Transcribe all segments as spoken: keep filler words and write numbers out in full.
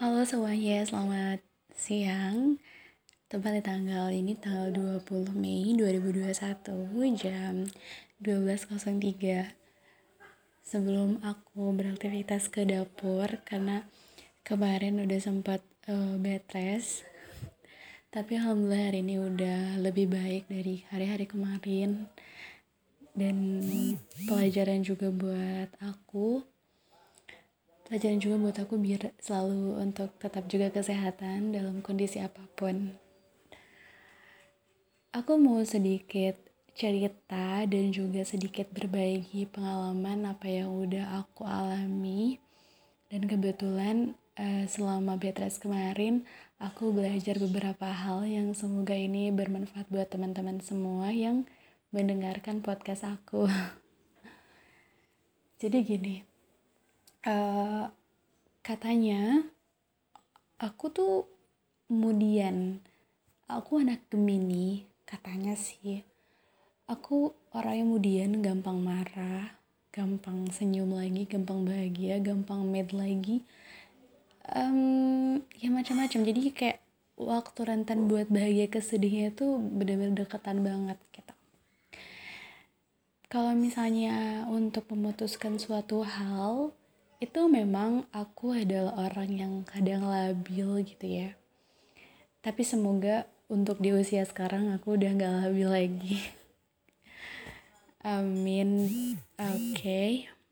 Halo semuanya, selamat siang. Tepat di tanggal ini tanggal dua puluh Mei dua ribu dua puluh satu jam dua belas nol tiga. Sebelum aku beraktivitas ke dapur karena kemarin udah sempat uh, bed rest. Tapi alhamdulillah hari ini udah lebih baik dari hari-hari kemarin. Dan pelajaran juga buat aku pelajaran juga buat aku biar selalu untuk tetap jaga kesehatan dalam kondisi apapun. Aku mau sedikit cerita dan juga sedikit berbagi pengalaman apa yang udah aku alami. Dan kebetulan uh, selama bed rest kemarin aku belajar beberapa hal yang semoga ini bermanfaat buat teman-teman semua yang mendengarkan podcast aku. Jadi gini, uh, katanya aku tuh kemudian aku anak Gemini, katanya sih. Aku orangnya kemudian gampang marah, gampang senyum lagi, gampang bahagia, gampang mad lagi. Um, ya macam-macam. Jadi kayak waktu rentan buat bahagia ke sedihnya itu benar-benar deketan banget gitu. Kalau misalnya untuk memutuskan suatu hal, itu memang aku adalah orang yang kadang labil gitu ya. Tapi semoga untuk di usia sekarang aku udah gak labil lagi. Amin. Oke. Okay.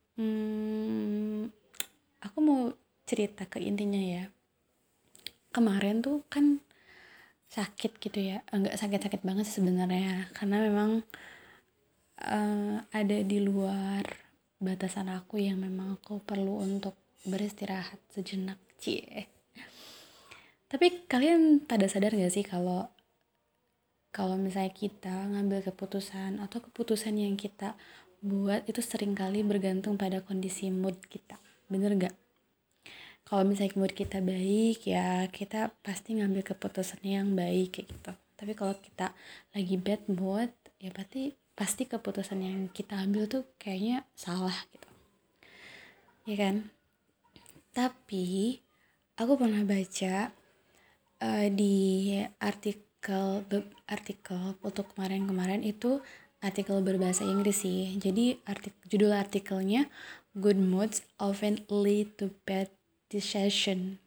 Hmm, aku mau cerita ke intinya ya. Kemarin tuh kan sakit gitu ya. Enggak sakit-sakit banget sebenarnya, karena memang uh, ada di luar batasan aku yang memang aku perlu untuk beristirahat sejenak. Cie. Tapi kalian pada sadar gak sih kalau kalau misalnya kita ngambil keputusan atau keputusan yang kita buat itu seringkali bergantung pada kondisi mood kita. Bener gak? Kalau misalnya mood kita baik ya kita pasti ngambil keputusan yang baik kayak gitu. Tapi kalau kita lagi bad mood ya pasti pasti keputusan yang kita ambil tuh kayaknya salah gitu. Ya kan? Tapi aku pernah baca uh, di artikel artikel untuk kemarin-kemarin itu artikel berbahasa Inggris sih. Jadi artik, judul artikelnya Good Moods Often Lead to Bad Decision.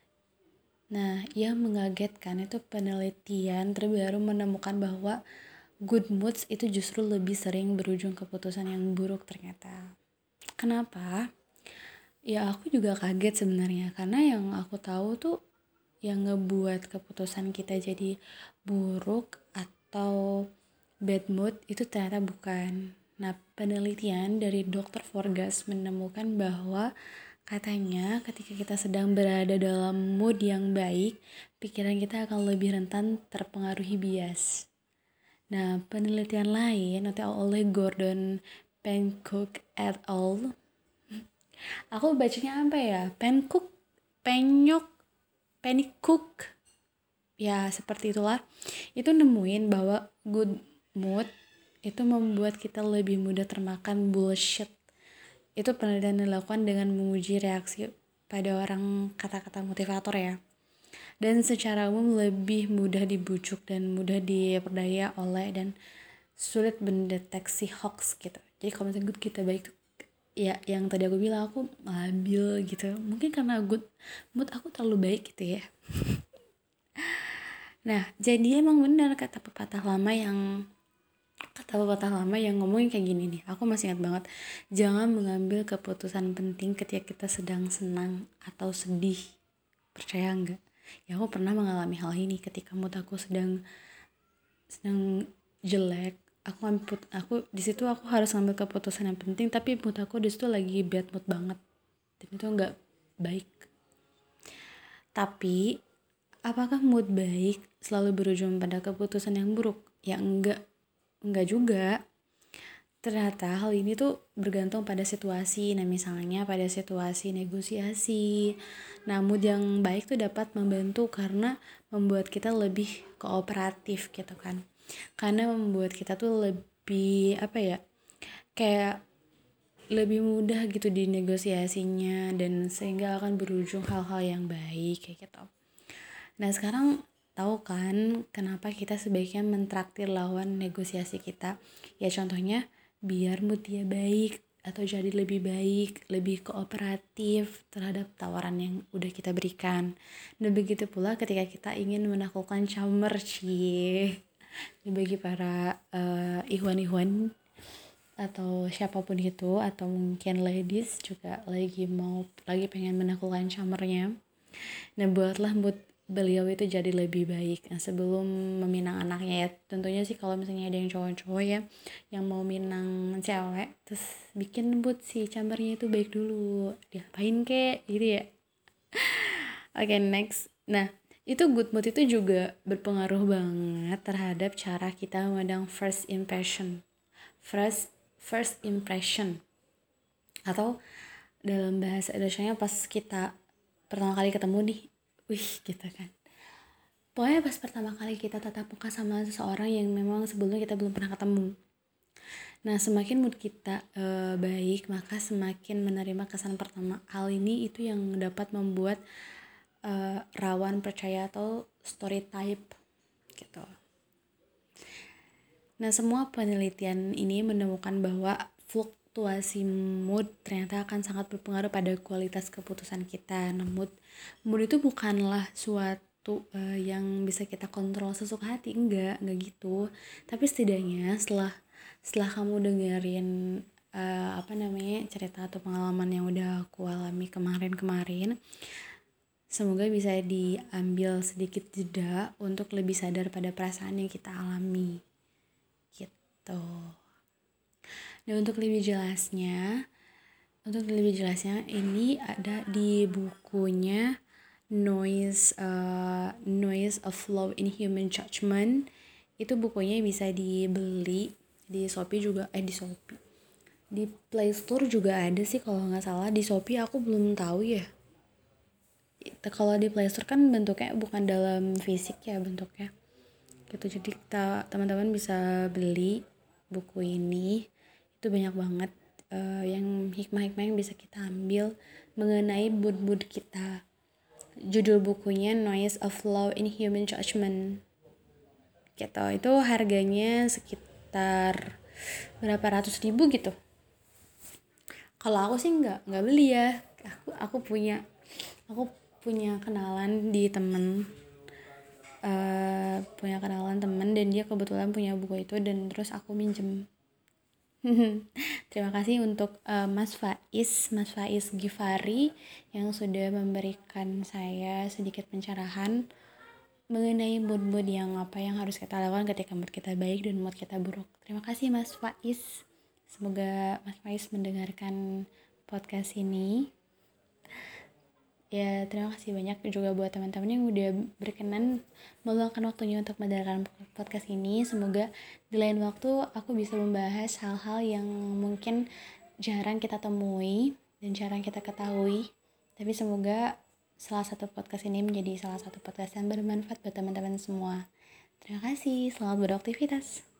Nah, yang mengagetkan itu penelitian terbaru menemukan bahwa good moods itu justru lebih sering berujung keputusan yang buruk ternyata. Kenapa? Ya aku juga kaget sebenarnya karena yang aku tahu tuh yang ngebuat keputusan kita jadi buruk atau bad mood itu ternyata bukan. Nah, penelitian dari dokter Forgas menemukan bahwa katanya ketika kita sedang berada dalam mood yang baik, pikiran kita akan lebih rentan terpengaruhi bias. Nah, penelitian lain atau oleh Gordon Pencook et al. Aku bacanya apa ya? Pencook, Penyok, Pencook. Ya, seperti itulah. Itu nemuin bahwa good mood itu membuat kita lebih mudah termakan bullshit. Itu penelitian dilakukan dengan menguji reaksi pada orang kata-kata motivator ya. Dan secara umum lebih mudah dibujuk dan mudah diperdaya oleh dan sulit mendeteksi hoax gitu. Jadi kalau misalnya good kita baik tuh ya yang tadi aku bilang aku labil gitu. Mungkin karena good mood aku terlalu baik gitu ya. Nah, jadi emang benar kata pepatah lama yang kata pepatah lama yang ngomongin kayak gini nih. Aku masih ingat banget. Jangan mengambil keputusan penting ketika kita sedang senang atau sedih. Percaya enggak? Ya aku pernah mengalami hal ini ketika mood aku sedang sedang jelek. Aku ngambil aku di situ aku harus ngambil keputusan yang penting, tapi mood aku di situ lagi bad mood banget. Dan itu enggak baik. Tapi apakah mood baik selalu berujung pada keputusan yang buruk? Ya enggak, enggak juga. Ternyata hal ini tuh bergantung pada situasi. Nah misalnya pada situasi negosiasi. Nah mood yang baik tuh dapat membantu karena membuat kita lebih kooperatif gitu kan. Karena membuat kita tuh lebih apa ya, kayak lebih mudah gitu di negosiasinya, dan sehingga akan berujung hal-hal yang baik kayak gitu. Nah sekarang tahu kan kenapa kita sebaiknya mentraktir lawan negosiasi kita? Ya contohnya biar mood dia baik atau jadi lebih baik, lebih kooperatif terhadap tawaran yang udah kita berikan. Dan begitu pula ketika kita ingin menaklukkan charmer cie. Bagi para uh, ihwan-ihwan atau siapapun itu, atau mungkin ladies juga lagi mau lagi pengen menaklukkan charmernya. Nah buatlah mood beliau itu jadi lebih baik. Nah, sebelum meminang anaknya ya, tentunya sih kalau misalnya ada yang cowok-cowok ya yang mau minang cewek, terus bikin mood si charmernya itu baik dulu, diapain kek gitu ya. Oke okay, next. Nah itu good mood itu juga berpengaruh banget terhadap cara kita memandang first impression. First first impression atau dalam bahasa Indonesianya pas kita pertama kali ketemu nih, wih gitu kan. Pokoknya pas pertama kali kita tatap muka sama seseorang yang memang sebelumnya kita belum pernah ketemu. Nah semakin mood kita e, baik, maka semakin menerima kesan pertama. Hal ini itu yang dapat membuat e, rawan percaya atau story type gitu. Nah semua penelitian ini menemukan bahwa fluktuasi mood ternyata akan sangat berpengaruh pada kualitas keputusan kita. Nah, mood, mood itu bukanlah suatu uh, yang bisa kita kontrol sesuka hati, enggak, enggak gitu. Tapi setidaknya setelah setelah kamu dengerin uh, apa namanya cerita atau pengalaman yang udah aku alami kemarin-kemarin, semoga bisa diambil sedikit jeda untuk lebih sadar pada perasaan yang kita alami. Gitu. Nah untuk lebih jelasnya, untuk lebih jelasnya ini ada di bukunya Noise uh, Noise of Law in Human Judgment. Itu bukunya bisa dibeli di Shopee juga, eh di Shopee, di Play Store juga ada sih kalau nggak salah. Di Shopee aku belum tahu ya. Kalau di Play Store kan bentuknya bukan dalam fisik ya bentuknya. Gitu, jadi kita teman-teman bisa beli buku ini. Itu banyak banget uh, yang hikmah-hikmah yang bisa kita ambil mengenai mood-mood kita. Judul bukunya Noise of Law in Human Judgment. Gitu. Itu harganya sekitar berapa ratus ribu gitu. Kalau aku sih nggak nggak beli ya. Aku aku punya aku punya kenalan di temen. Uh, punya kenalan temen dan dia kebetulan punya buku itu dan terus aku minjem. Terima kasih untuk uh, Mas Faiz, Mas Faiz Gifari yang sudah memberikan saya sedikit pencerahan mengenai mood-mood yang apa yang harus kita lakukan ketika mood kita baik dan mood kita buruk. Terima kasih Mas Faiz. Semoga Mas Faiz mendengarkan podcast ini. Ya, terima kasih banyak juga buat teman-teman yang udah berkenan meluangkan waktunya untuk mendengarkan podcast ini. Semoga di lain waktu aku bisa membahas hal-hal yang mungkin jarang kita temui dan jarang kita ketahui. Tapi semoga salah satu podcast ini menjadi salah satu podcast yang bermanfaat buat teman-teman semua. Terima kasih, selamat beraktivitas.